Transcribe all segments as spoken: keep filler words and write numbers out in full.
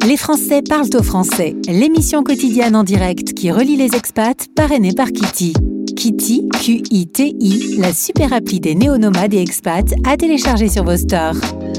Les Français parlent au français, l'émission quotidienne en direct qui relie les expats, parrainée par Kitty. Kitty, Q I T I, la super appli des néo-nomades et expats à télécharger sur vos stores.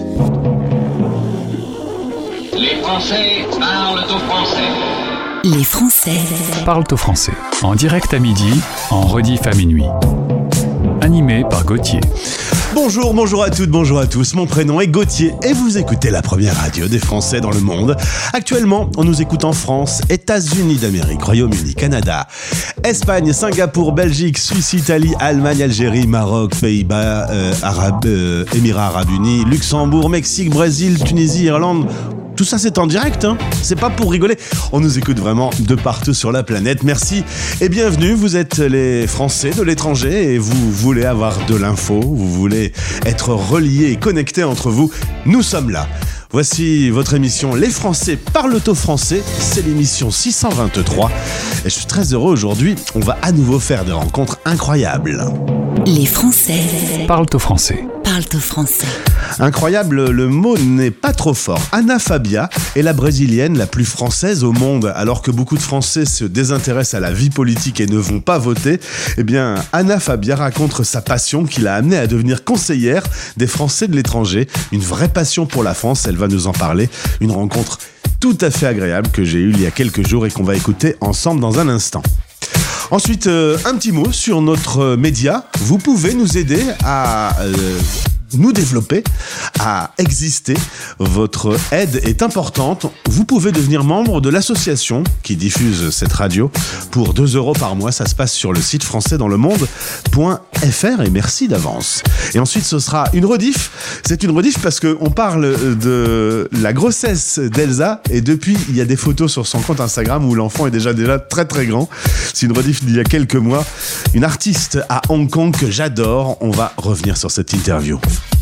Les Français parlent au français. Les Français parlent au français, en direct à midi, en rediff à minuit. Animé par Gauthier. Bonjour, bonjour à toutes, bonjour à tous, mon prénom est Gauthier et vous écoutez la première radio des Français dans le monde. Actuellement, on nous écoute en France, États-Unis d'Amérique, Royaume-Uni, Canada, Espagne, Singapour, Belgique, Suisse, Italie, Allemagne, Algérie, Maroc, Pays-Bas, euh, Arabes, euh, Émirats Arabes Unis, Luxembourg, Mexique, Brésil, Tunisie, Irlande. Tout ça, c'est en direct, hein. C'est pas pour rigoler. On nous écoute vraiment de partout sur la planète. Merci et bienvenue. Vous êtes les Français de l'étranger et vous voulez avoir de l'info. Vous voulez être reliés et connectés entre vous. Nous sommes là. Voici votre émission Les Français parlent au français. C'est l'émission six cent vingt-trois. Et je suis très heureux aujourd'hui. On va à nouveau faire des rencontres incroyables. Les Français parlent au français. Parlent au français. Incroyable, le mot n'est pas trop fort. Ana Fabia est la brésilienne la plus française au monde. Alors que beaucoup de Français se désintéressent à la vie politique et ne vont pas voter, eh bien, Ana Fabia raconte sa passion qui l'a amenée à devenir conseillère des Français de l'étranger. Une vraie passion pour la France, elle va nous en parler. Une rencontre tout à fait agréable que j'ai eue il y a quelques jours et qu'on va écouter ensemble dans un instant. Ensuite, euh, un petit mot sur notre média. Vous pouvez nous aider à... Euh, nous développer, à exister. Votre aide est importante. Vous pouvez devenir membre de l'association qui diffuse cette radio pour deux euros par mois. Ça se passe sur le site français dans le monde point f r et merci d'avance. Et ensuite, ce sera une rediff. C'est une rediff parce qu'on parle de la grossesse d'Elsa et depuis, il y a des photos sur son compte Instagram où l'enfant est déjà, déjà très très grand. C'est une rediff d'il y a quelques mois. Une artiste à Hong Kong que j'adore. On va revenir sur cette interview.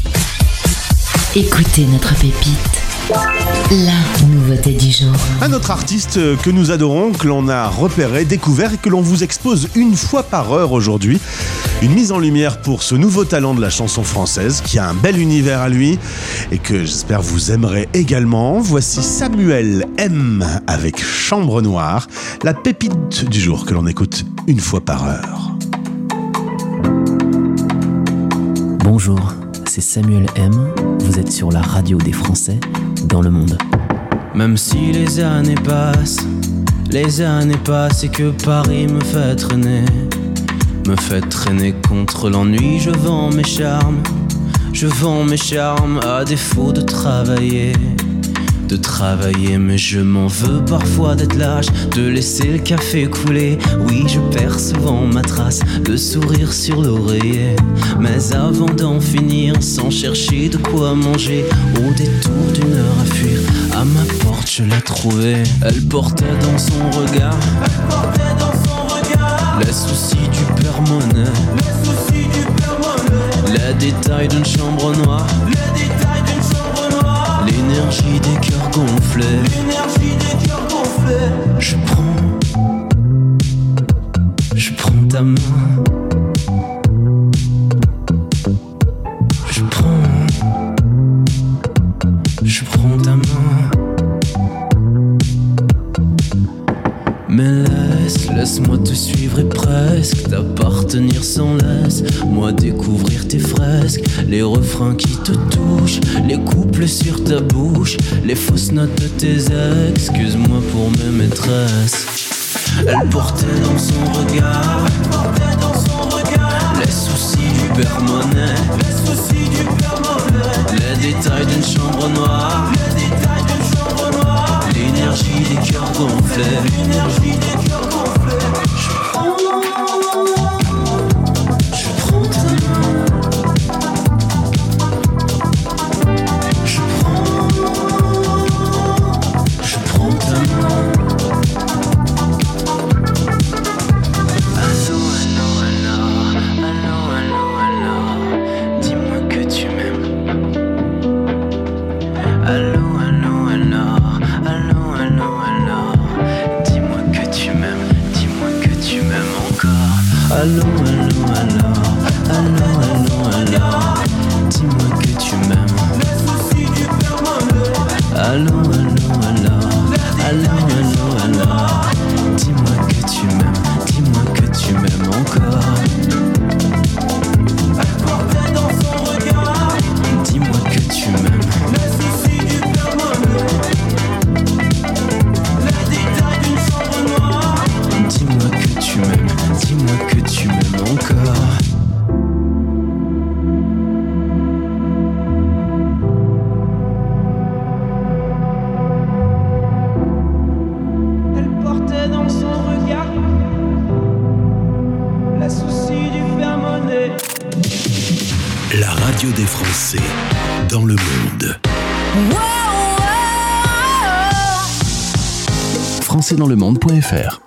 Écoutez notre pépite, la nouveauté du jour. Un autre artiste que nous adorons, que l'on a repéré, découvert et que l'on vous expose une fois par heure aujourd'hui. Une mise en lumière pour ce nouveau talent de la chanson française qui a un bel univers à lui et que j'espère vous aimerez également. Voici Samuel M avec Chambre Noire, la pépite du jour que l'on écoute une fois par heure. Bonjour. C'est Samuel M, vous êtes sur la radio des Français dans le monde. Même si les années passent, les années passent et que Paris me fait traîner, me fait traîner contre l'ennui, je vends mes charmes, je vends mes charmes à défaut de travailler. De travailler, mais je m'en veux parfois d'être lâche, de laisser le café couler. Oui, je perds souvent ma trace, le sourire sur l'oreiller. Mais avant d'en finir, sans chercher de quoi manger, au détour d'une heure à fuir, à ma porte je l'ai trouvée. Elle portait dans son regard, elle portait dans son regard les soucis du père Monet, les soucis du père Monet, les détails d'une chambre noire, les détails d'une chambre noire, l'énergie des cœurs gonflés, l'énergie des cœurs gonflés. Je prends, je prends ta main, je prends, je prends ta main. Mais laisse, laisse-moi te suivre et presque t'appartenir sans laisse. Moi découvrir tes fresques, les refrains qui te touchent, les couples sur ta bouche, les fausses notes de tes ex. Excuse-moi pour mes maîtresses. Elle portait dans son regard, elle portait dans son regard les soucis du père Monet, les soucis du père Monet, les détails d'une chambre noire, les détails d'une chambre noire, l'énergie des cœurs gonflés, l'énergie des cœurs gonflés. Je prends, je prends ta main, je prends, je prends ta main. Allô, allô, allô, allô, allô, allô, dis-moi que tu m'aimes. Allô, allô, allô, allô, allô, allô, dis-moi que tu m'aimes, dis-moi que tu m'aimes encore. Allô, allô, allô, allô, allô, allô, dis-moi que tu m'aimes. Les soucis du père Monet. Allô, allô, allô. Français dans le monde. français dans le monde point f r.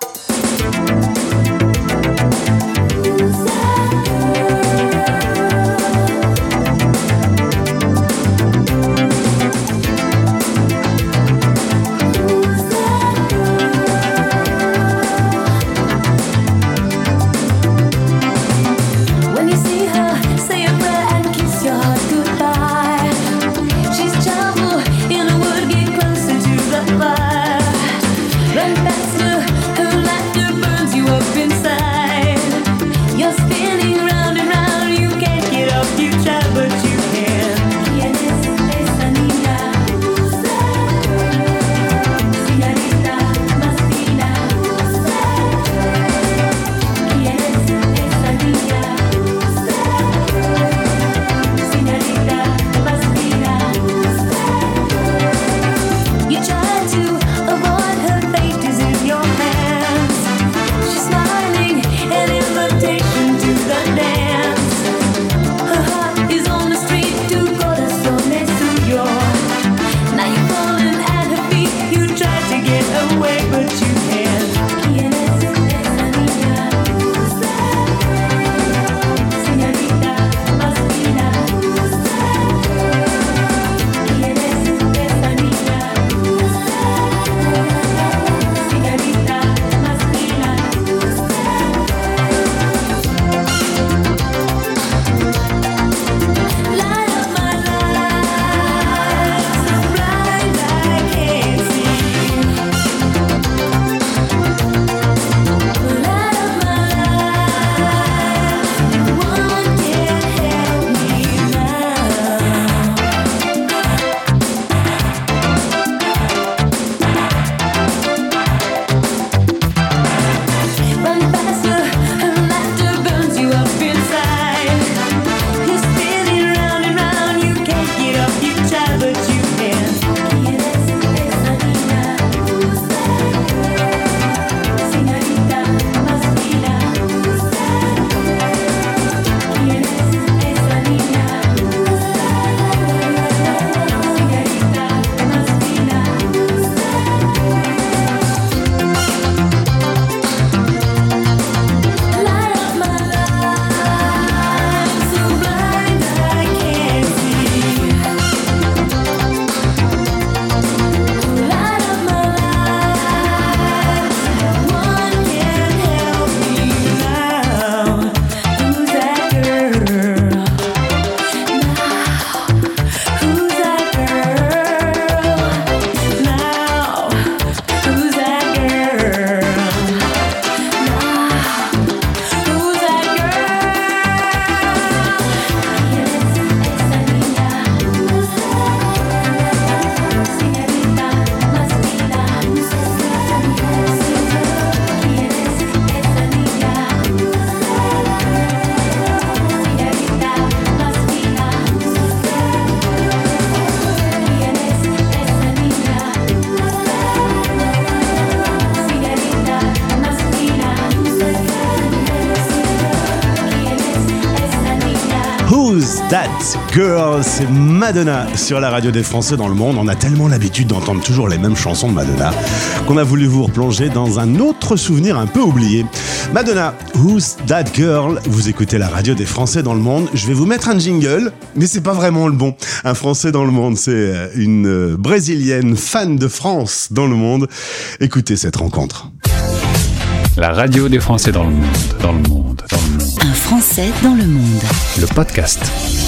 That Girl, c'est Madonna sur la radio des Français dans le monde. On a tellement l'habitude d'entendre toujours les mêmes chansons de Madonna qu'on a voulu vous replonger dans un autre souvenir un peu oublié. Madonna, Who's That Girl? Vous écoutez la radio des Français dans le monde. Je vais vous mettre un jingle, mais c'est pas vraiment le bon. Un Français dans le monde, c'est une Brésilienne fan de France dans le monde. Écoutez cette rencontre. La radio des Français dans le monde, dans le monde, dans le monde. Un Français dans le monde. Le podcast.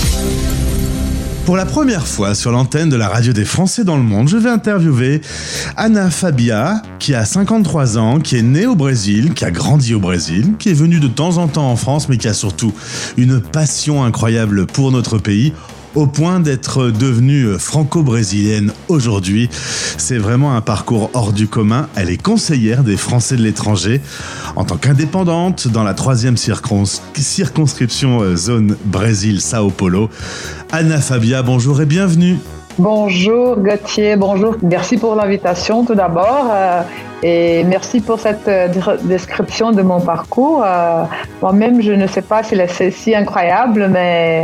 Pour la première fois sur l'antenne de la radio des Français dans le monde, je vais interviewer Ana Fabia, qui a cinquante-trois ans, qui est née au Brésil, qui a grandi au Brésil, qui est venue de temps en temps en France, mais qui a surtout une passion incroyable pour notre pays, au point d'être devenue franco-brésilienne aujourd'hui. C'est vraiment un parcours hors du commun. Elle est conseillère des Français de l'étranger en tant qu'indépendante dans la troisième circons- circonscription euh, zone Brésil-Sao Paulo. Ana Fabia, bonjour et bienvenue. Bonjour Gauthier, bonjour. Merci pour l'invitation tout d'abord euh, et merci pour cette euh, description de mon parcours. Euh, moi-même, je ne sais pas si c'est si incroyable, mais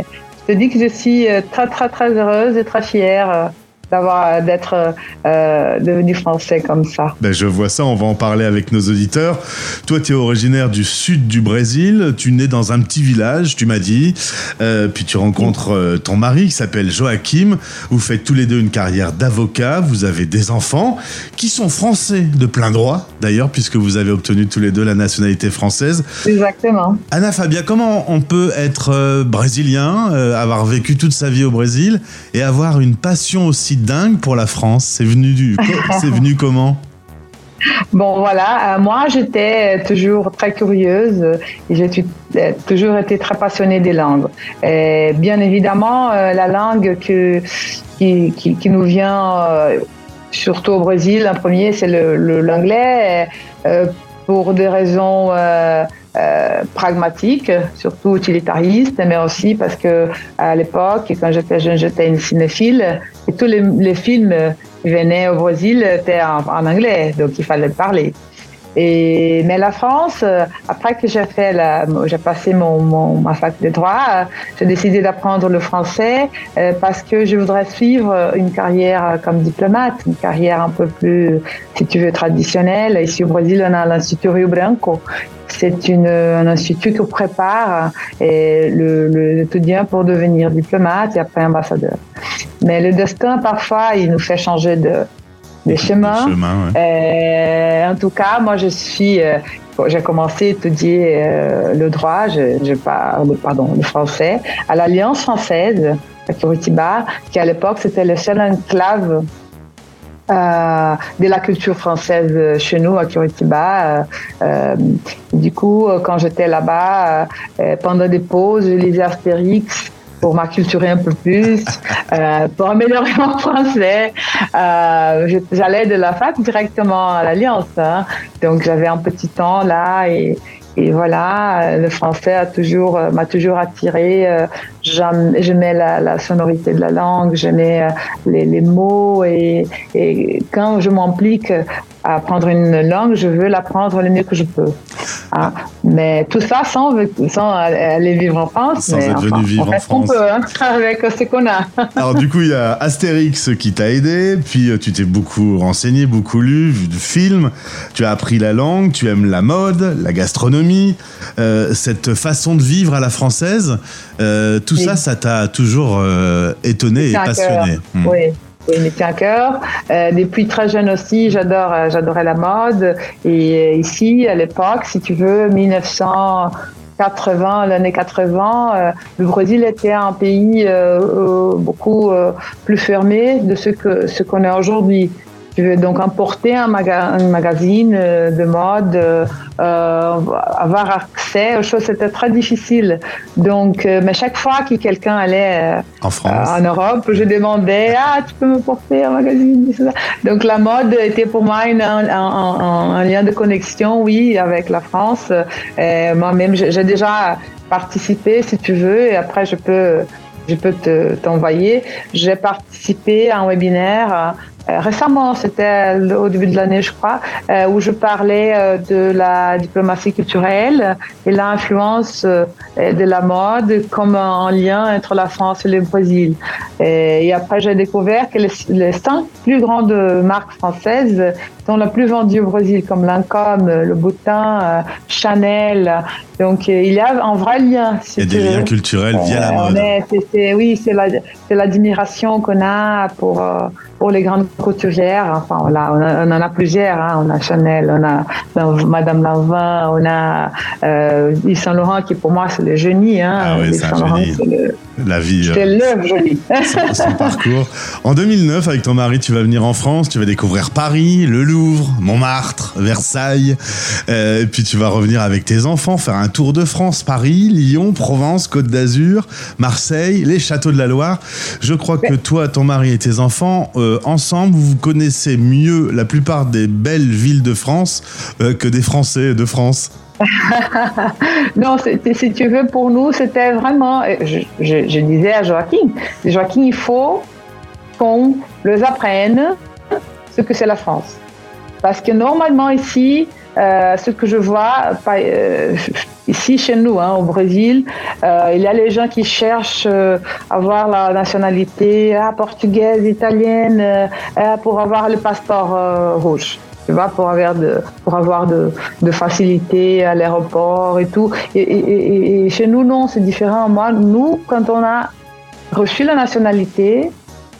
je dis que je suis très, très, très heureuse et très fière d'avoir, d'être euh, devenu français comme ça. Ben, je vois ça, on va en parler avec nos auditeurs. Toi, tu es originaire du sud du Brésil, tu nais dans un petit village, tu m'as dit, euh, puis tu rencontres euh, ton mari qui s'appelle Joachim, vous faites tous les deux une carrière d'avocat, vous avez des enfants qui sont français de plein droit, d'ailleurs, puisque vous avez obtenu tous les deux la nationalité française. Exactement. Anna Fabia, comment on peut être euh, brésilien, euh, avoir vécu toute sa vie au Brésil et avoir une passion aussi dingue pour la France? C'est venu du, c'est venu comment? Bon, voilà, euh, moi j'étais toujours très curieuse et j'ai euh, toujours été très passionnée des langues. Et bien évidemment, euh, la langue que, qui, qui, qui nous vient euh, surtout au Brésil, en premier, c'est le, le, l'anglais, euh, pour des raisons euh, euh, pragmatiques, surtout utilitaristes, mais aussi parce que à l'époque, quand j'étais jeune, j'étais une cinéphile et tous les, les films qui venaient au Brésil étaient en, en anglais, donc il fallait parler. Et, mais la France, après que j'ai fait la, j'ai passé mon, mon, ma fac de droit, j'ai décidé d'apprendre le français euh, parce que je voudrais suivre une carrière comme diplomate, une carrière un peu plus, si tu veux, traditionnelle. Ici au Brésil, on a l'Institut Rio Branco. C'est une, un institut qui prépare et le, le, l'étudiant pour devenir diplomate et après ambassadeur. Mais le destin, parfois, il nous fait changer de des chemins. chemins ouais. euh, en tout cas, moi, je suis. Euh, j'ai commencé à étudier euh, le droit, je, je parle, pardon, le français, à l'Alliance française à Curitiba, qui à l'époque c'était le seul enclave euh, de la culture française chez nous à Curitiba. Euh, du coup, quand j'étais là-bas, euh, pendant des pauses, je lisais Astérix pour m'acculturer un peu plus, euh, pour améliorer mon français. Euh, j'allais de la fac directement à l'Alliance, hein. Donc j'avais un petit temps là et, et voilà, le français a toujours, m'a toujours attiré. J'aimais la, la sonorité de la langue, j'aimais les, les mots et, et quand je m'implique à apprendre une langue, je veux l'apprendre le mieux que je peux. Hein. Mais tout ça sans, sans aller vivre en France. Sans mais être enfin, venu vivre on en France. On peut, hein, avec ce qu'on a. Alors du coup, il y a Astérix qui t'a aidé, puis tu t'es beaucoup renseigné, beaucoup lu, vu de films, tu as appris la langue, tu aimes la mode, la gastronomie, euh, cette façon de vivre à la française, euh, tout oui. ça, ça t'a toujours euh, étonné et passionné. Mmh. Oui. Oui, il me tient à cœur. Euh, depuis très jeune aussi, j'adore, euh, j'adorais la mode. Et euh, ici, à l'époque, si tu veux, mille neuf cent quatre-vingts, l'année quatre-vingts, euh, le Brésil était un pays euh, euh, beaucoup euh, plus fermé de ce que ce qu'on est aujourd'hui. Tu veux donc importer un, maga- un magazine euh, de mode, euh, avoir accès aux choses, c'était très difficile. Donc, euh, mais chaque fois que quelqu'un allait euh, en, France. Euh, en Europe, je demandais « Ah, tu peux me porter un magazine ?» Donc, la mode était pour moi une, un, un, un lien de connexion, oui, avec la France. Et moi-même, j'ai, j'ai déjà participé, si tu veux, et après, je peux, je peux te, t'envoyer. J'ai participé à un webinaire Euh, récemment, c'était au début de l'année, je crois, euh, où je parlais euh, de la diplomatie culturelle et l'influence euh, de la mode comme un lien entre la France et le Brésil. Et, et après, j'ai découvert que les, les cinq plus grandes marques françaises sont les plus vendues au Brésil, comme Lancôme, Louboutin, euh, Chanel. Donc, euh, il y a un vrai lien. Il y a des liens culturels euh, via la mode. Est, c'est, c'est, oui, c'est, la, c'est l'admiration qu'on a pour... Euh, pour les grandes couturières, enfin voilà, on, a, on en a plusieurs, hein. On a Chanel, on a Madame Lanvin, on a euh, Yves Saint Laurent qui pour moi c'est le génie, hein. Ah ouais, Yves c'est un Saint Laurent, génie. C'est le, la vie. C'est euh, le génie. Son, son parcours. En deux mille neuf, avec ton mari, tu vas venir en France, tu vas découvrir Paris, le Louvre, Montmartre, Versailles, euh, et puis tu vas revenir avec tes enfants, faire un tour de France, Paris, Lyon, Provence, Côte d'Azur, Marseille, les châteaux de la Loire. Je crois que toi, ton mari et tes enfants, euh, ensemble, vous connaissez mieux la plupart des belles villes de France euh, que des Français de France. Non, si tu veux, pour nous, c'était vraiment... Je, je, je disais à Joachim, Joachim, il faut qu'on les apprenne ce que c'est la France. Parce que normalement, ici, euh, ce que je vois, pas, euh, ici chez nous, hein, au Brésil, euh, il y a les gens qui cherchent euh, à avoir la nationalité ah, portugaise, italienne, euh, pour avoir le passeport euh, rouge. Tu vois, pour avoir de, pour avoir de, de facilité à l'aéroport et tout. Et, et, et chez nous, non, c'est différent. Moi, nous, quand on a reçu la nationalité,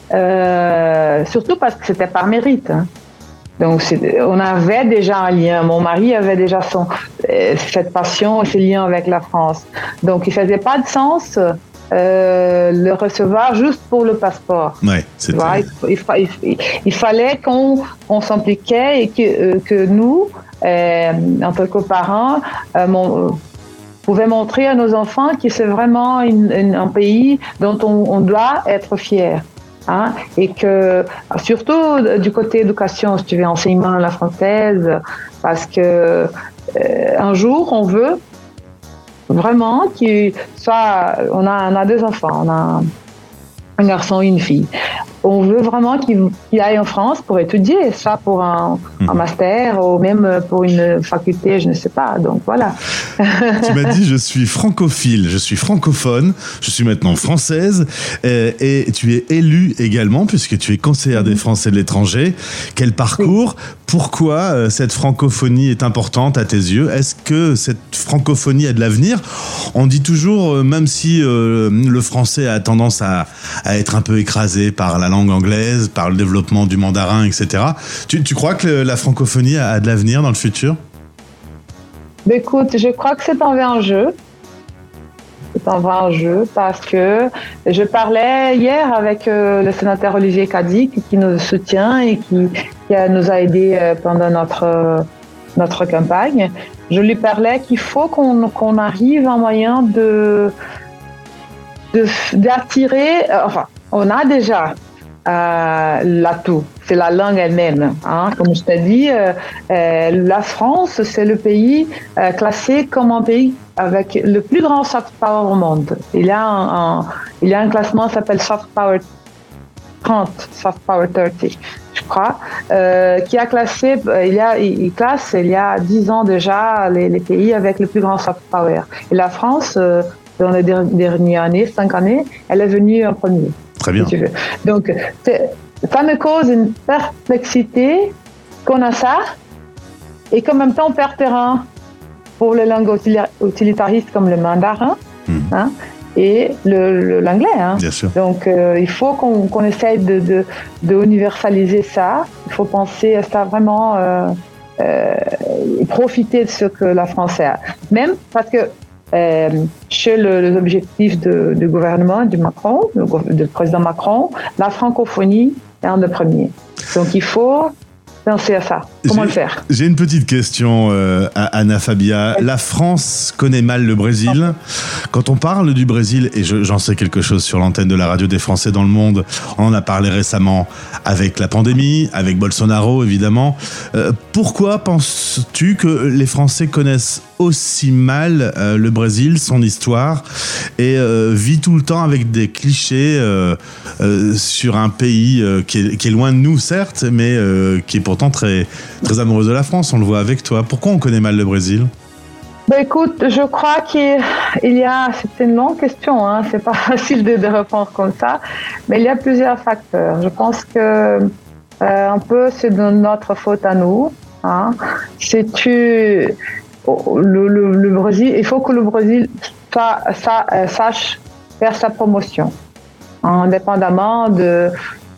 euh, surtout parce que c'était par mérite. Hein. Donc, c'est, on avait déjà un lien. Mon mari avait déjà son, euh, cette passion, ce lien avec la France. Donc, il faisait pas de sens euh, le recevoir juste pour le passeport. Ouais, c'est il, il, il, il fallait qu'on on s'impliquait et que, euh, que nous, euh, en tant que parents, euh, mon, pouvions montrer à nos enfants que c'est vraiment une, une, un pays dont on, on doit être fier. Hein, et que, surtout du côté éducation, si tu veux, enseignement à la française, parce que euh, un jour, on veut vraiment qu'il soit, on a, on a deux enfants, on a un garçon et une fille. On veut vraiment qu'il, qu'il aille en France pour étudier, soit pour un, mmh. un master ou même pour une faculté, je ne sais pas. Donc voilà. Tu m'as dit, je suis francophile, je suis francophone, je suis maintenant française et, et tu es élue également puisque tu es conseillère mmh. des Français de l'étranger. Quel parcours ? Oui. Pourquoi cette francophonie est importante à tes yeux ? Est-ce que cette francophonie a de l'avenir ? On dit toujours, même si euh, le français a tendance à, à être un peu écrasé par la langue anglaise, par le développement du mandarin, et cetera. Tu, tu crois que le, la francophonie a, a de l'avenir dans le futur ? Écoute, je crois que c'est un vrai enjeu. C'est un vrai enjeu parce que je parlais hier avec euh, le sénateur Olivier Cadic qui nous soutient et qui, qui a, nous a aidés euh, pendant notre, euh, notre campagne. Je lui parlais qu'il faut qu'on, qu'on arrive à un moyen de, de, d'attirer... Euh, enfin, on a déjà euh, l'atout, c'est la langue elle-même. Hein. Comme je t'ai dit, euh, euh, la France, c'est le pays euh, classé comme un pays avec le plus grand soft power au monde. Il y a un, un, il y a un classement qui s'appelle Soft Power trente, Soft Power trente, je crois, euh, qui a classé, il, y a, il classe il y a dix ans déjà les, les pays avec le plus grand soft power. Et la France, euh, dans les dernières années, cinq années, elle est venue en premier. Très bien. Si tu veux. Donc, ça me cause une perplexité qu'on a ça et qu'en même temps on perd terrain pour les langues utilitaristes comme le mandarin mmh. hein, et le, le, l'anglais. Hein. Bien sûr. Donc, euh, il faut qu'on, qu'on essaye de, de, de universaliser ça. Il faut penser à ça vraiment euh, euh, et profiter de ce que la France a. Même parce que Euh, chez le, les objectifs de, du gouvernement, du Macron, du président Macron, la francophonie est un des premiers. Donc il faut penser à ça. Comment j'ai, le faire ? J'ai une petite question euh, à Anna Fabia. La France connaît mal le Brésil. Quand on parle du Brésil, et je, j'en sais quelque chose sur l'antenne de la radio des Français dans le monde, on en a parlé récemment avec la pandémie, avec Bolsonaro évidemment. Euh, pourquoi penses-tu que les Français connaissent aussi mal euh, le Brésil, son histoire, et euh, vit tout le temps avec des clichés euh, euh, sur un pays euh, qui, est, qui est loin de nous, certes, mais euh, qui est pourtant très, très amoureuse de la France, on le voit avec toi. Pourquoi on connaît mal le Brésil ? Ben écoute, je crois qu'il y a, c'est une longue question, hein, c'est pas facile de, de répondre comme ça, mais il y a plusieurs facteurs. Je pense que euh, un peu c'est de notre faute à nous. Hein. Si tu Le, le, le Brésil, il faut que le Brésil sa, sa, sache faire sa promotion, indépendamment de,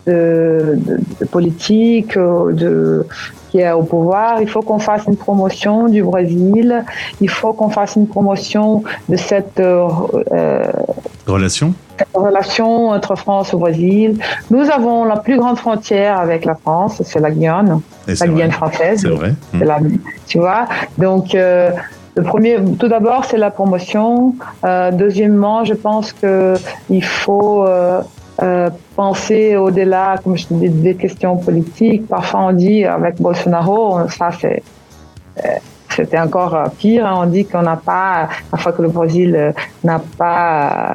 de, de, de politique, de, qui est au pouvoir. Il faut qu'on fasse une promotion du Brésil, il faut qu'on fasse une promotion de cette euh, relation. relation entre France et Brésil. Nous avons la plus grande frontière avec la France, c'est la Guyane, et la Guyane française. C'est vrai. C'est la, tu vois. Donc, euh, le premier, tout d'abord, c'est la promotion. Euh, deuxièmement, je pense que il faut euh, euh, penser au-delà, comme je dis, des questions politiques. Parfois, on dit avec Bolsonaro, ça c'est euh, c'était encore pire. Hein, on dit qu'on n'a pas, parfois que le Brésil n'a pas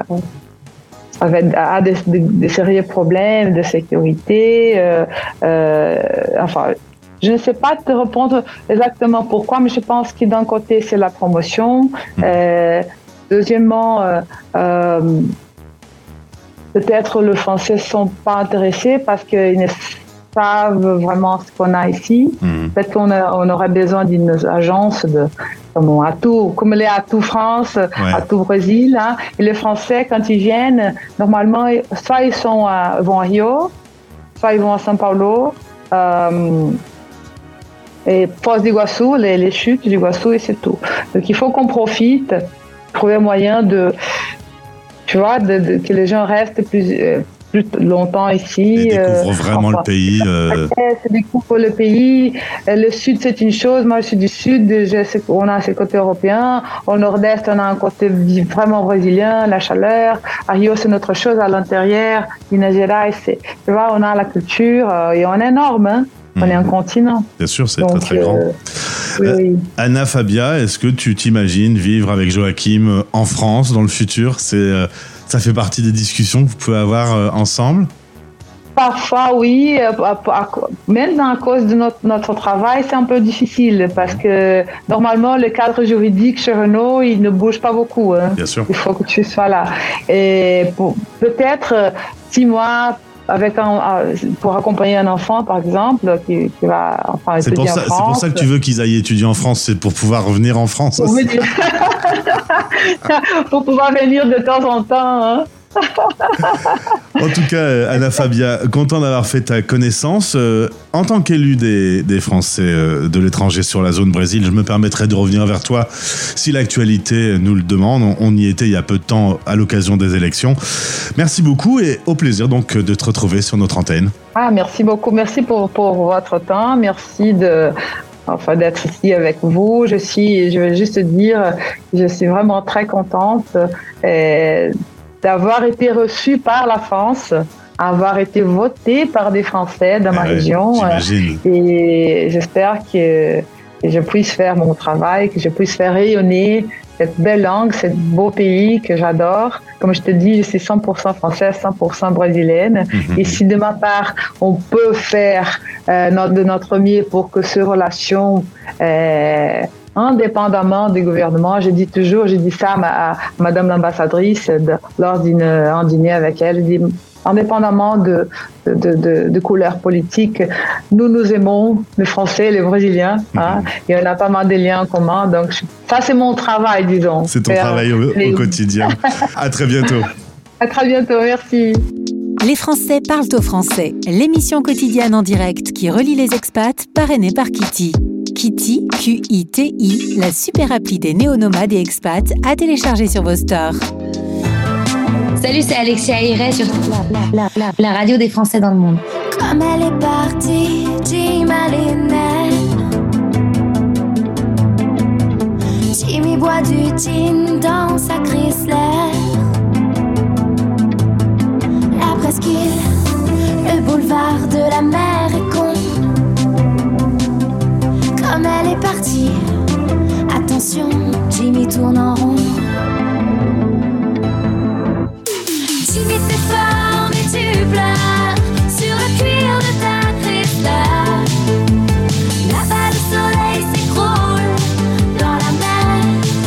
avec a des, des, des sérieux problèmes de sécurité. Euh, euh, enfin, je ne sais pas te répondre exactement pourquoi, mais je pense que d'un côté, c'est la promotion. Mmh. Euh, deuxièmement, euh, euh, peut-être les Français ne sont pas intéressés parce qu'ils ne savent vraiment ce qu'on a ici. Mmh. Peut-être qu'on a, on aurait besoin d'une agence de, comme, Atout, comme les Atout France, ouais. Atout Brésil. Hein. Et les Français, quand ils viennent, normalement, soit ils sont à, vont à Rio, soit ils vont à São Paulo, euh, et Foz do Iguaçu, les, les chutes du Iguaçu, et c'est tout. Donc il faut qu'on profite, trouver un moyen de, tu vois, de, de, que les gens restent plus, euh, plus longtemps ici. Et découvrent euh, vraiment enfin, le pays. Euh... Se découvrent le pays. Le sud, c'est une chose. Moi, je suis du sud. Je, on a ce côté européen. Au nord-est, on a un côté vraiment brésilien, la chaleur. À Rio, c'est notre chose. À l'intérieur, Minas Gerais, c'est, tu vois, on a la culture euh, et on est énorme. Hein. On mmh. est un continent. Bien sûr, c'est Donc, très très euh, grand. Oui, oui. Euh, Anna Fabia, est-ce que tu t'imagines vivre avec Joachim en France dans le futur ? C'est, euh, ça fait partie des discussions que vous pouvez avoir euh, ensemble ? Parfois, oui. Maintenant, à cause de notre, notre travail, c'est un peu difficile parce que normalement, le cadre juridique chez Renault, il ne bouge pas beaucoup. Hein. Bien sûr. Il faut que tu sois là. Et pour, peut-être six mois avec un, pour accompagner un enfant, par exemple, qui, qui va enfin, c'est pour ça, en France. C'est pour ça que tu veux qu'ils aillent étudier en France, c'est pour pouvoir revenir en France. Pour, pour pouvoir venir de temps en temps. Hein. En tout cas, Anna Fabia, content d'avoir fait ta connaissance. Euh, en tant qu'élu des, des Français euh, de l'étranger sur la zone Brésil, je me permettrai de revenir vers toi si l'actualité nous le demande. On, on y était il y a peu de temps à l'occasion des élections. Merci beaucoup et au plaisir donc de te retrouver sur notre antenne. Ah, merci beaucoup. Merci pour, pour votre temps. Merci de... Enfin, d'être ici avec vous. Je suis, je vais juste dire, je suis vraiment très contente et d'avoir été reçue par la France, avoir été votée par des Français de ma ouais, région. J'imagine. Et j'espère que je puisse faire mon travail, que je puisse faire rayonner cette belle langue, ce beau pays que j'adore. Comme je te dis, je suis cent pour cent française, cent pour cent brésilienne. Mm-hmm. Et si de ma part, on peut faire euh, notre, de notre mieux pour que ces relations, euh, indépendamment du gouvernement, je dis toujours, je dis ça à, ma, à Madame l'ambassadrice de, lors d'un dîner avec elle, je dis, indépendamment de, de, de, de couleur politique, nous nous aimons, les Français, les Brésiliens. Mm-hmm. Hein, et on a pas mal de liens en commun. Donc, ça, c'est mon travail, disons. C'est ton Faire travail au, les... au quotidien. À très bientôt. À très bientôt, merci. Les Français parlent au français. L'émission quotidienne en direct qui relie les expats, parrainée par Kitty. Kitty, Q I T I, la super appli des néo-nomades et expats à télécharger sur vos stores. Salut, c'est Alexia Iret sur la, la, la, la radio des Français dans le monde. Comme elle est partie, dis-moi les nerfs. Jimmy boit du gin dans sa Chrysler. La presqu'île, le boulevard de la mer est con. Comme elle est partie, attention, Jimmy tourne en rond. Jimmy t'es fort mais tu pleures sur le cuir de ta Chrysler. Là-bas le soleil s'écroule dans la mer.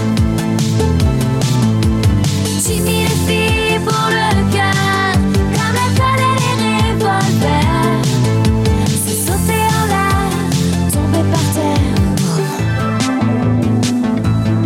Jimmy les filles pour le cœur, comme l'alcool et les revolvers. Se sauter en l'air, tomber par terre.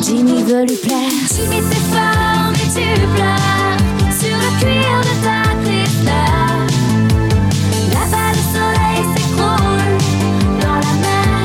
Jimmy veut lui plaire. Jimmy t'es fort mais tu pleures sur le cuir de ta cristal. Là-bas le soleil s'écroule dans la mer.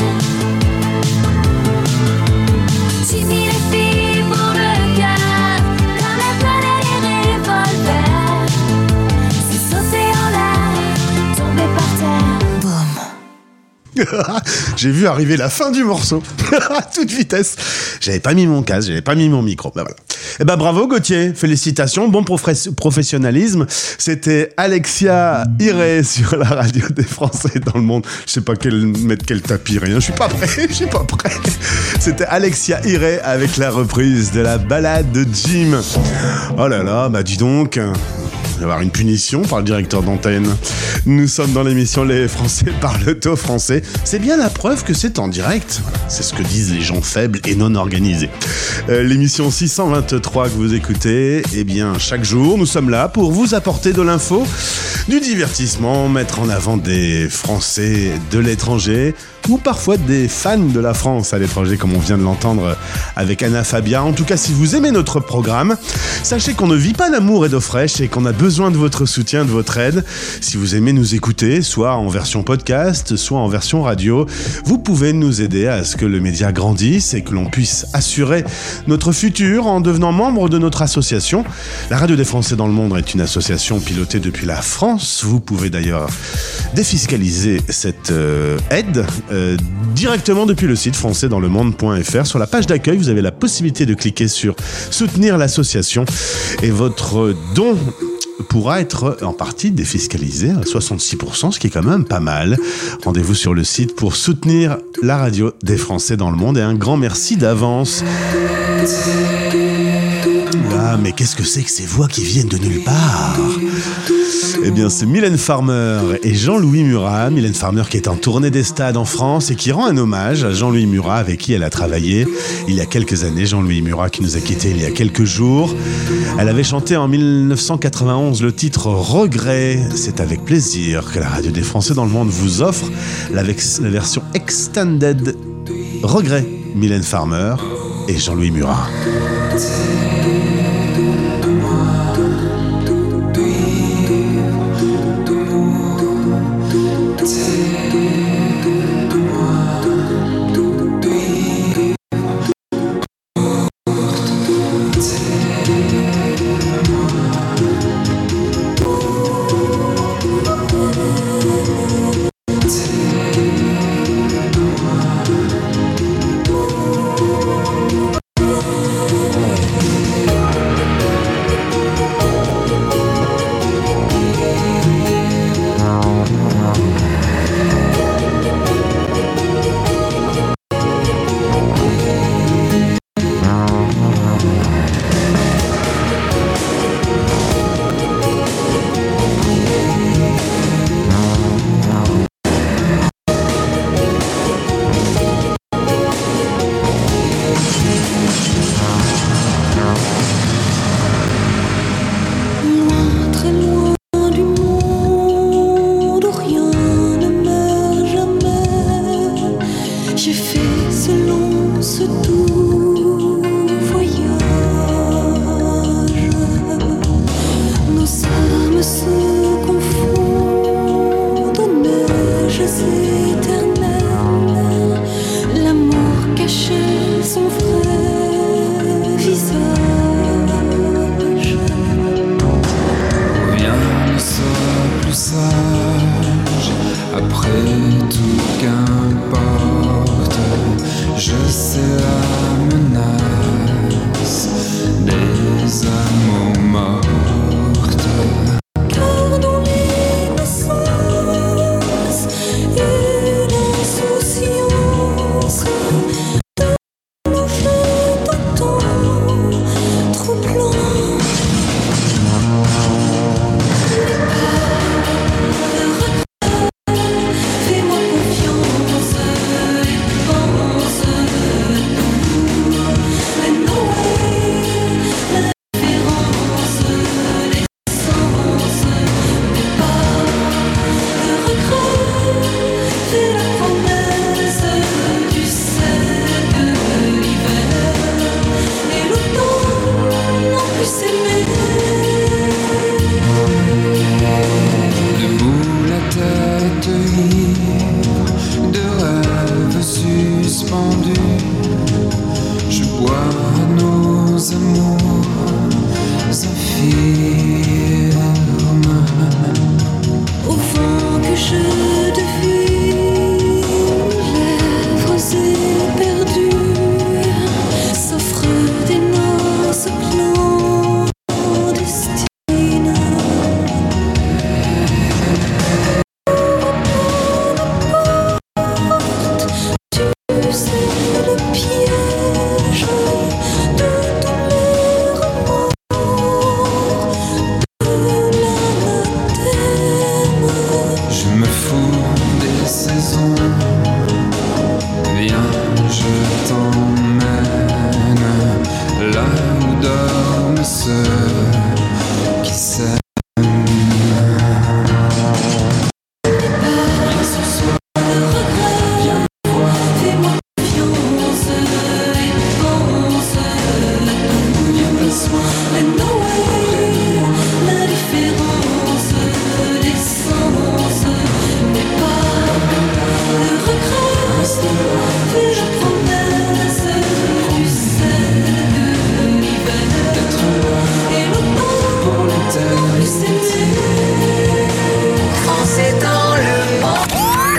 Jimmy les filles pour le cœur, comme les planètes et les revolvers. C'est sauter en l'air, tomber par terre. Boum. J'ai vu arriver la fin du morceau à toute vitesse. J'avais pas mis mon casque, j'avais pas mis mon micro. Ben voilà. Eh ben bravo Gauthier, félicitations, bon prof- professionnalisme. C'était Alexia Iré sur la radio des Français dans le monde. Je sais pas quel, mettre quel tapis, rien. Je suis pas prêt, je suis pas prêt. C'était Alexia Iré avec la reprise de la balade de Jim. Oh là là, bah dis donc. Il va y avoir une punition par le directeur d'antenne. Nous sommes dans l'émission Les Français parlent au français. C'est bien la preuve que c'est en direct. Voilà, c'est ce que disent les gens faibles et non organisés. Euh, l'émission six cent vingt-trois que vous écoutez, eh bien, chaque jour, nous sommes là pour vous apporter de l'info, du divertissement, mettre en avant des Français de l'étranger ou parfois des fans de la France à l'étranger, comme on vient de l'entendre avec Anna Fabia. En tout cas, si vous aimez notre programme, sachez qu'on ne vit pas d'amour et d'eau fraîche et qu'on a besoin de votre soutien, de votre aide. Si vous aimez nous écouter, soit en version podcast, soit en version radio, vous pouvez nous aider à ce que le média grandisse et que l'on puisse assurer notre futur en devenant membre de notre association. La Radio des Français dans le monde est une association pilotée depuis la France. Vous pouvez d'ailleurs défiscaliser cette euh, aide Euh, directement depuis le site français dans le monde point f r. Sur la page d'accueil, vous avez la possibilité de cliquer sur soutenir l'association et votre don pourra être en partie défiscalisé à soixante-six pour cent, ce qui est quand même pas mal. Rendez-vous sur le site pour soutenir la radio des Français dans le monde et un grand merci d'avance. Ah, mais qu'est-ce que c'est que ces voix qui viennent de nulle part ? Eh bien, c'est Mylène Farmer et Jean-Louis Murat. Mylène Farmer qui est en tournée des stades en France et qui rend un hommage à Jean-Louis Murat avec qui elle a travaillé il y a quelques années. Jean-Louis Murat qui nous a quittés il y a quelques jours. Elle avait chanté en dix-neuf cent quatre-vingt-onze le titre « Regret ». C'est avec plaisir que la radio des Français dans le monde vous offre la, vex- la version extended « Regret ». Mylène Farmer et Jean-Louis Murat. Fais-moi confiance et pense suspendu. Je bois nos amours infirmes. Au vent que je devine, lèvres éperdues, s'offrent des noces clandestines. Tu sais le piège de tous les remords de l'anathème. Je me fous des saisons. Viens, je t'emmène là où dorment ceux qui s'aiment. Viens ce soir, viens me voir. Fais-moi confiance et pense. Viens t'asseoir. And no way, la différence des sens n'est pas le regret. Fais la promesse, tu sais que l'hiver et le temps Pour l'éternité. s'aimer. Français dans le monde.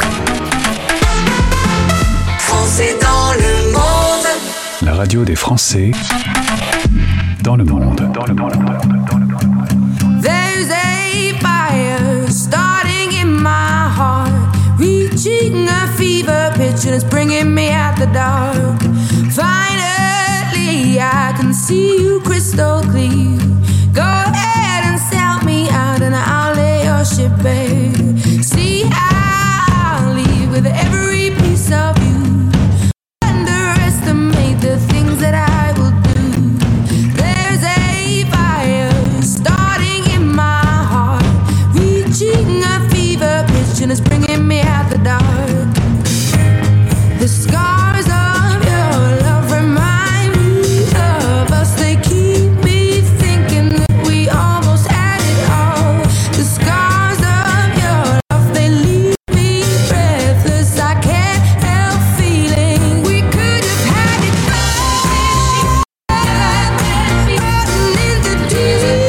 Français dans le monde. La radio des Français dans le monde. Dans le monde. There's a fire starting in my heart, reaching a fever pitch and it's bringing me out the dark. Finally, I can see you crystal clear. Go ahead and sell me out and I'll lay your ship bare. See, I'll leave with every piece of you. Underestimate the things that I will do. There's a fire starting in my heart, reaching a fever pitch and it's bringing me out the dark. The scars of your love remind me of us. They keep me thinking that we almost had it all. The scars of your love, they leave me breathless. I can't help feeling we could have had it all. Floating in the deep.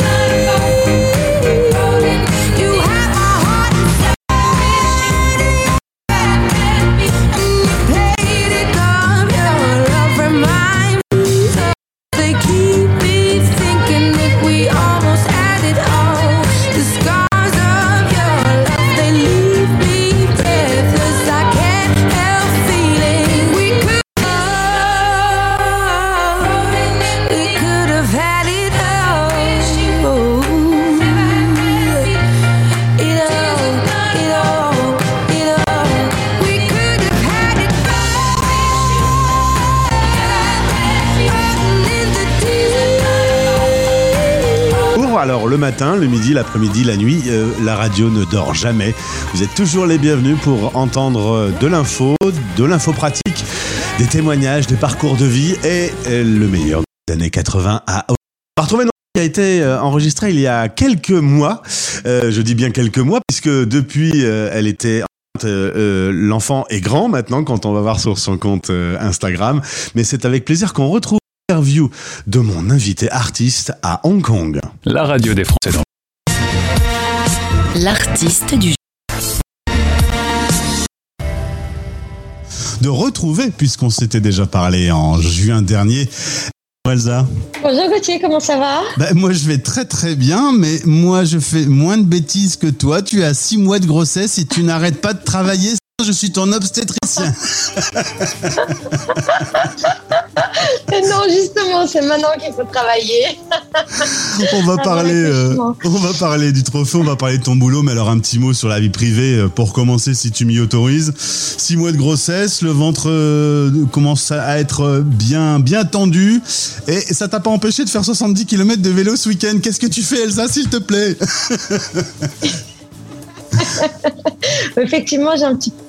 You have my heart inside. And you played it dumb. Your love reminds me of. They keep me thinking that we almost had it all. The scars of your love, they leave me breathless. I can't help feeling we could we could have had it all. It all, it all, it all. We could have had it all. Floating in the deep. Pour alors le matin, le midi, l'après-midi, la nuit, euh, la radio ne dort jamais. Vous êtes toujours les bienvenus pour entendre euh, de l'info, de l'info pratique, des témoignages, des parcours de vie et euh, le meilleur des années quatre-vingts à... On va retrouver une qui a été euh, enregistrée il y a quelques mois. Euh, je dis bien quelques mois puisque depuis euh, elle était... Euh, euh, l'enfant est grand maintenant quand on va voir sur son compte euh, Instagram, mais c'est avec plaisir qu'on retrouve l'interview de mon invité artiste à Hong Kong. La radio des Français dans L'artiste du De retrouver, puisqu'on s'était déjà parlé en juin dernier. Elsa. Bonjour Gauthier, comment ça va? Ben, moi je vais très très bien, mais moi je fais moins de bêtises que toi. Tu as six mois de grossesse et tu n'arrêtes pas de travailler. Je suis ton obstétricien. Non, justement, c'est maintenant qu'il faut travailler. On va parler, euh, on va parler du trophée, on va parler de ton boulot, mais alors un petit mot sur la vie privée euh, pour commencer, si tu m'y autorises. Six mois de grossesse, le ventre euh, commence à être bien, bien tendu, et ça t'a pas empêché de faire soixante-dix kilomètres de vélo ce week-end. Qu'est-ce que tu fais, Elsa, s'il te plaît? Effectivement, j'ai un petit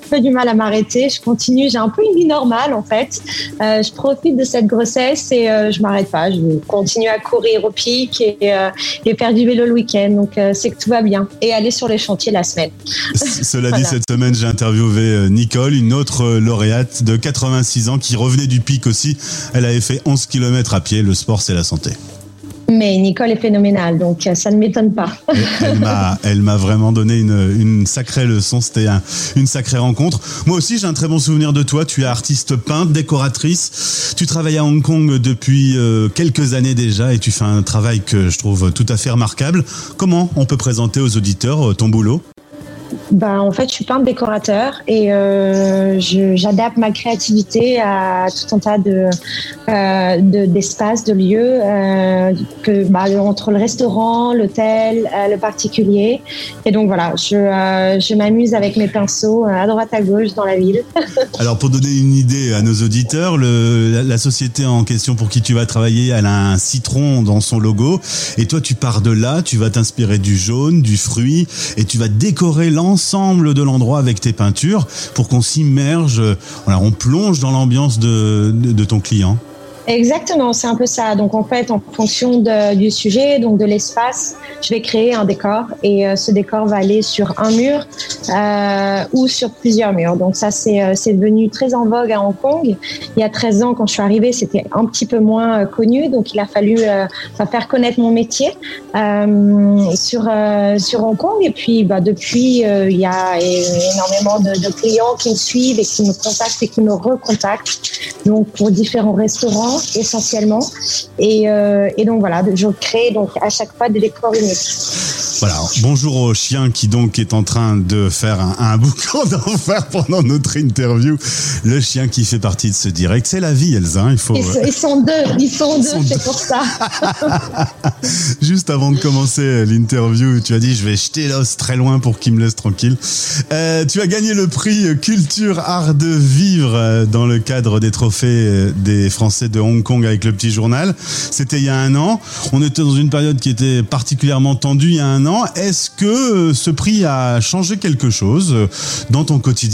peu du mal à m'arrêter. Je continue. J'ai un peu une vie normale, en fait. Euh, je profite de cette grossesse et euh, je m'arrête pas. Je continue à courir au pic et, euh, et faire du vélo le week-end. Donc, euh, c'est que tout va bien. Et aller sur les chantiers la semaine. Cela Voilà. dit, cette semaine, j'ai interviewé Nicole, une autre lauréate de quatre-vingt-six ans qui revenait du pic aussi. Elle avait fait onze kilomètres à pied. Le sport, c'est la santé. Mais Nicole est phénoménale, donc ça ne m'étonne pas. Et elle m'a, elle m'a vraiment donné une, une sacrée leçon. C'était un, une sacrée rencontre. Moi aussi, j'ai un très bon souvenir de toi. Tu es artiste peintre, décoratrice. Tu travailles à Hong Kong depuis euh, quelques années déjà et tu fais un travail que je trouve tout à fait remarquable. Comment on peut présenter aux auditeurs euh, ton boulot ? Bah, en fait, je suis peintre décorateur et euh, je, j'adapte ma créativité à tout un tas de, euh, de d'espaces, de lieux, euh, que, bah, entre le restaurant, l'hôtel, euh, le particulier. Et donc voilà, je, euh, je m'amuse avec mes pinceaux à droite à gauche dans la ville. Alors pour donner une idée à nos auditeurs, le, la, la société en question pour qui tu vas travailler, elle a un citron dans son logo. Et toi, tu pars de là, tu vas t'inspirer du jaune, du fruit, et tu vas décorer l'ensemble de l'endroit avec tes peintures pour qu'on s'immerge, voilà, on plonge dans l'ambiance de, de, de ton client. Exactement, c'est un peu ça. Donc en fait, en fonction de, du sujet, donc de l'espace, je vais créer un décor et euh, ce décor va aller sur un mur euh, ou sur plusieurs murs. Donc ça, c'est, euh, c'est devenu très en vogue à Hong Kong. Il y a treize ans, quand je suis arrivée, c'était un petit peu moins euh, connu. Donc il a fallu euh, faire connaître mon métier euh, sur, euh, sur Hong Kong. Et puis bah, depuis, euh, il y a énormément de, de clients qui me suivent et qui me contactent et qui me recontactent. Donc pour différents restaurants essentiellement et, euh, et donc voilà, je crée donc à chaque fois des décors uniques. Voilà, bonjour au chien qui donc est en train de faire un, un boucan d'enfer pendant notre interview. Le chien qui fait partie de ce direct, c'est la vie, Elsa, hein, il faut... Ils, ils sont deux, ils sont deux, ils sont c'est deux. Pour ça. Juste avant de commencer l'interview, tu as dit je vais jeter l'os très loin pour qu'il me laisse tranquille. Euh, tu as gagné le prix Culture Art de Vivre dans le cadre des trophées des Français de Hong Kong avec le Petit Journal. C'était il y a un an. On était dans une période qui était particulièrement tendue il y a un an. Est-ce que ce prix a changé quelque chose dans ton quotidien ?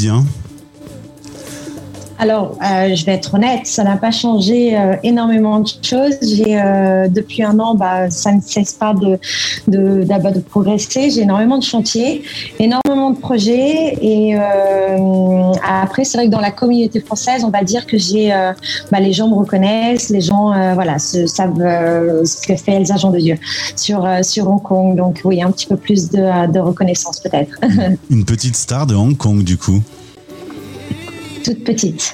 Alors, euh, je vais être honnête, ça n'a pas changé euh, énormément de choses. J'ai euh, depuis un an, bah, ça ne cesse pas de de, de, de progresser. J'ai énormément de chantiers, énormément de projets, et euh, après, c'est vrai que dans la communauté française, on va dire que j'ai, euh, bah, les gens me reconnaissent, les gens, euh, voilà, se, savent euh, ce que fait Elsa Jean de Dieu sur euh, sur Hong Kong. Donc oui, un petit peu plus de, de reconnaissance peut-être. Une petite star de Hong Kong, du coup. Toute petite.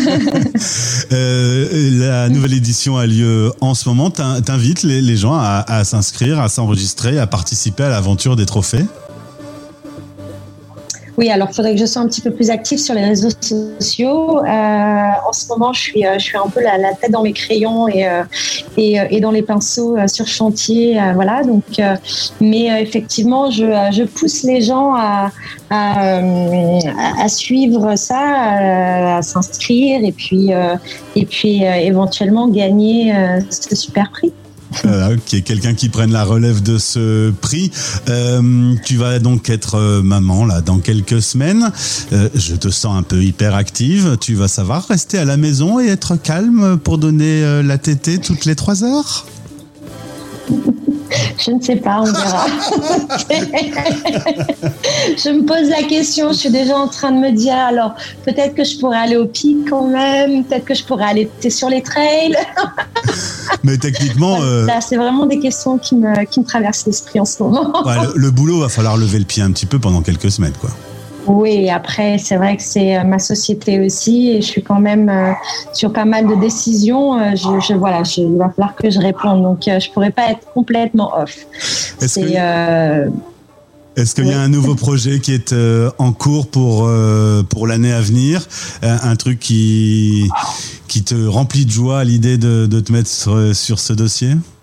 euh, la nouvelle édition a lieu en ce moment. T'invites les, les gens à, à s'inscrire, à s'enregistrer, à participer à l'aventure des trophées ? Oui, alors il faudrait que je sois un petit peu plus active sur les réseaux sociaux. Euh, en ce moment, je suis, je suis un peu la, la tête dans mes crayons et, euh, et, et dans les pinceaux euh, sur chantier. Euh, voilà. Donc, euh, mais euh, effectivement, je, je pousse les gens à, à, à suivre ça, à, à s'inscrire et puis, euh, et puis euh, éventuellement gagner euh, ce super prix. Voilà, qui est quelqu'un qui prenne la relève de ce prix. Euh, tu vas donc être euh, maman là dans quelques semaines. Euh, je te sens un peu hyperactive. Tu vas savoir rester à la maison et être calme pour donner euh, la tétée toutes les trois heures ? Je ne sais pas, on verra. Je me pose la question, je suis déjà en train de me dire, alors peut-être que je pourrais aller au pic quand même, peut-être que je pourrais aller sur les trails. Mais techniquement... Euh... Là, c'est vraiment des questions qui me, qui me traversent l'esprit en ce moment. Ouais, le, le boulot, va falloir lever le pied un petit peu pendant quelques semaines, quoi. Oui, après, c'est vrai que c'est ma société aussi et je suis quand même euh, sur pas mal de décisions. Euh, je, je, voilà, je, il va falloir que je réponde. Donc, euh, je pourrais pas être complètement off. Est-ce c'est, que... euh... Est-ce qu'il y a un nouveau projet qui est euh, en cours pour, euh, pour l'année à venir ? Un, un truc qui, qui te remplit de joie à l'idée de, de te mettre sur, sur ce dossier ?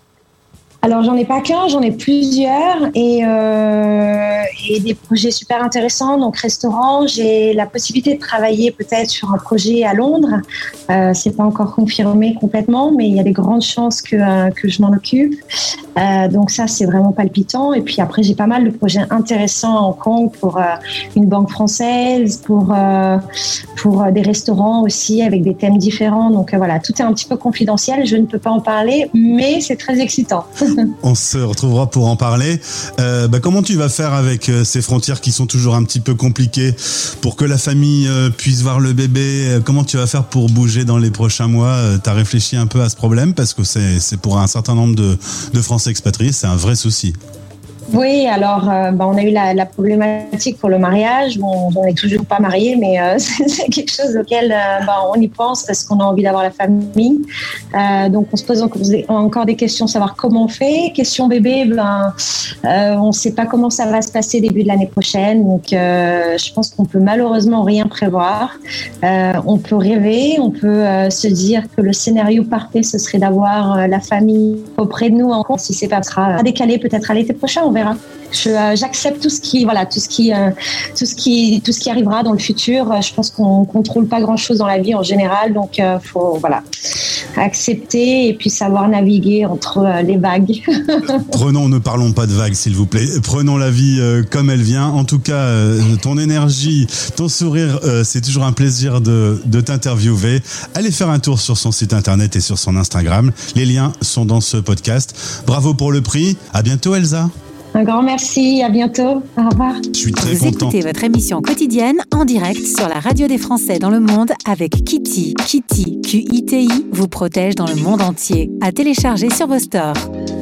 Alors, j'en ai pas qu'un, j'en ai plusieurs et, euh, et des projets super intéressants. Donc, restaurant, j'ai la possibilité de travailler peut-être sur un projet à Londres. Euh, c'est pas encore confirmé complètement, mais il y a des grandes chances que, euh, que je m'en occupe. Euh, donc, ça, c'est vraiment palpitant. Et puis après, j'ai pas mal de projets intéressants à Hong Kong pour euh, une banque française, pour, euh, pour euh, des restaurants aussi avec des thèmes différents. Donc, euh, voilà, tout est un petit peu confidentiel. Je ne peux pas en parler, mais c'est très excitant. On se retrouvera pour en parler. Euh, bah, comment tu vas faire avec euh, ces frontières qui sont toujours un petit peu compliquées pour que la famille euh, puisse voir le bébé? euh, Comment tu vas faire pour bouger dans les prochains mois? euh, T'as réfléchi un peu à ce problème parce que c'est, c'est pour un certain nombre de, de Français expatriés, c'est un vrai souci. Oui, alors euh, bah, on a eu la, la problématique pour le mariage. Bon, on n'est toujours pas mariés, mais euh, c'est, c'est quelque chose auquel euh, bah, on y pense parce qu'on a envie d'avoir la famille. Euh, donc on se pose encore des, encore des questions, savoir comment on fait. Question bébé, ben, euh, on ne sait pas comment ça va se passer début de l'année prochaine. Donc euh, je pense qu'on peut malheureusement rien prévoir. Euh, on peut rêver, on peut euh, se dire que le scénario parfait, ce serait d'avoir euh, la famille auprès de nous en compte. Si c'est pas, ça sera décalé peut-être à l'été prochain, on verra. Je, euh, j'accepte tout ce qui, voilà, tout ce qui, euh, tout ce qui, tout ce qui arrivera dans le futur. Je pense qu'on contrôle pas grand-chose dans la vie en général, donc euh, faut, voilà, accepter et puis savoir naviguer entre euh, les vagues. Prenons, ne parlons pas de vagues, s'il vous plaît. Prenons la vie euh, comme elle vient. En tout cas, euh, ton énergie, ton sourire, euh, c'est toujours un plaisir de, de t'interviewer. Allez faire un tour sur son site internet et sur son Instagram. Les liens sont dans ce podcast. Bravo pour le prix. À bientôt, Elsa. Un grand merci, à bientôt, au revoir. Je suis très Vous content. écoutez votre émission quotidienne en direct sur la radio des Français dans le monde avec Kitty. Kitty, Q I T I, vous protège dans le monde entier. À télécharger sur vos stores.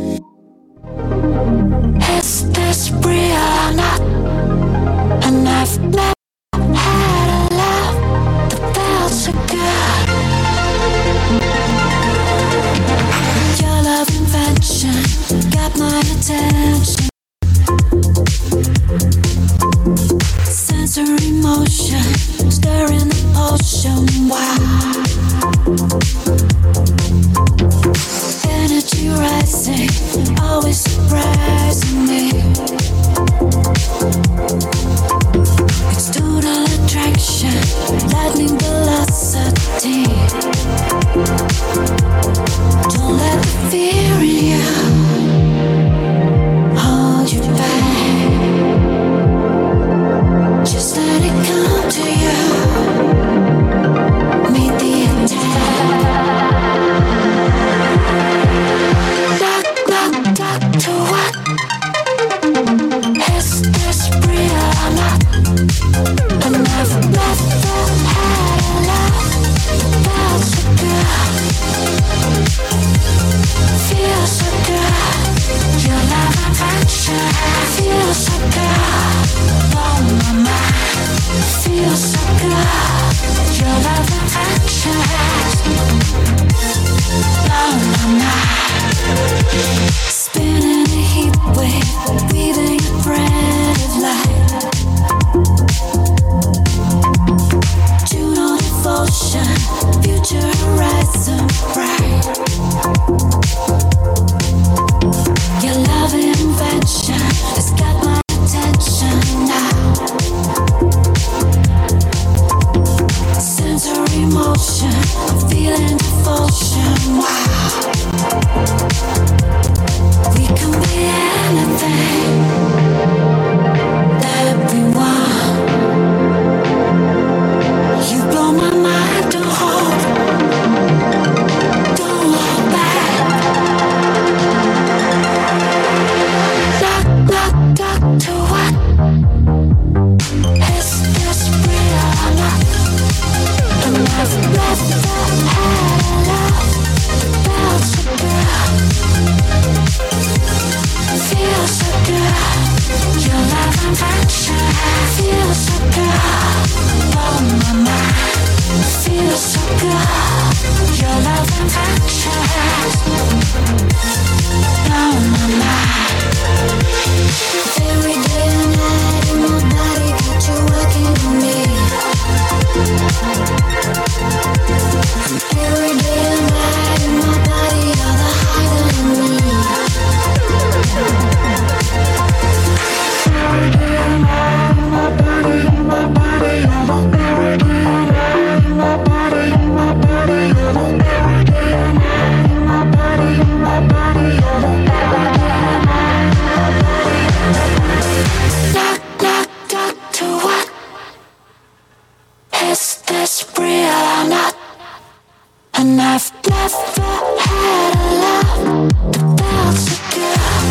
Is this real or not? And I've never had a love that felt so good. Your love invention got my attention. Sensory motion, stirring the ocean. Wow. Energy rising, always surprising me. It's total attraction, lightning velocity. Don't let the fear in you hold you back. Just let it come to you. Meet the attack. Knock, knock, knock to what? Is this real or not? And I've never had a love felt so good. Feels so good. Your love affection feels so good. Blow my mind. Feels so good. Your love affection blow my mind. Spinning a heat wave, weaving a thread of light. Juno devotion, future horizon bright. Your love invention has got my attention now. Sensory motion, I'm feeling devotion. Wow. We can be anything that we want. You blow my mind, don't hold, don't hold back. Knock, knock, knock to what? Is this real or not? And I've never had this real or not. And I've never had a love that felt so good.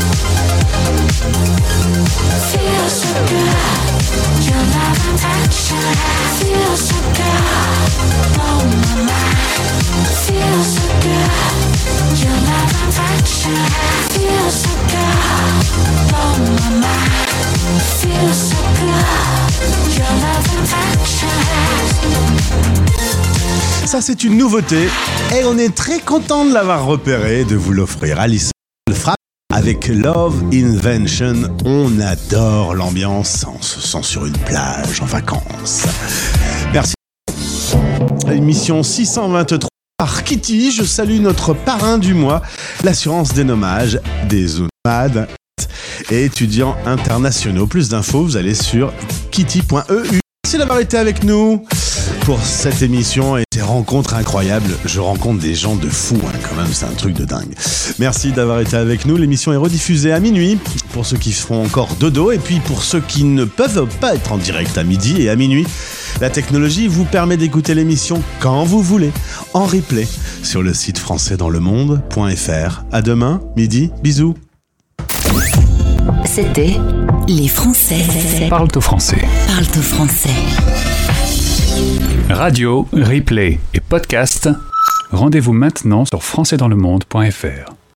Feels so good. Your love and action feels so good. Oh my mind feels so good. Your love and action feels so good. Oh my mind feels so good. Your love and action. Ça, c'est une nouveauté et on est très content de l'avoir repéré, de vous l'offrir. Alice Frapp avec Love Invention. On adore l'ambiance, on se sent sur une plage en vacances. Merci. Émission six cent vingt-trois par Kitty. Je salue notre parrain du mois, l'assurance des nomades, des nomades et étudiants internationaux. Plus d'infos, vous allez sur kitty point e u. Merci d'avoir été avec nous pour cette émission et ces rencontres incroyables. Je rencontre des gens de fous, hein, quand même, c'est un truc de dingue. Merci d'avoir été avec nous. L'émission est rediffusée à minuit pour ceux qui font encore dodo et puis pour ceux qui ne peuvent pas être en direct à midi et à minuit. La technologie vous permet d'écouter l'émission quand vous voulez, en replay, sur le site français dans le monde point f r. À demain, midi, bisous. C'était Les Français. Parle au français. Parle au français. Radio, replay et podcast. Rendez-vous maintenant sur français dans le monde point f r.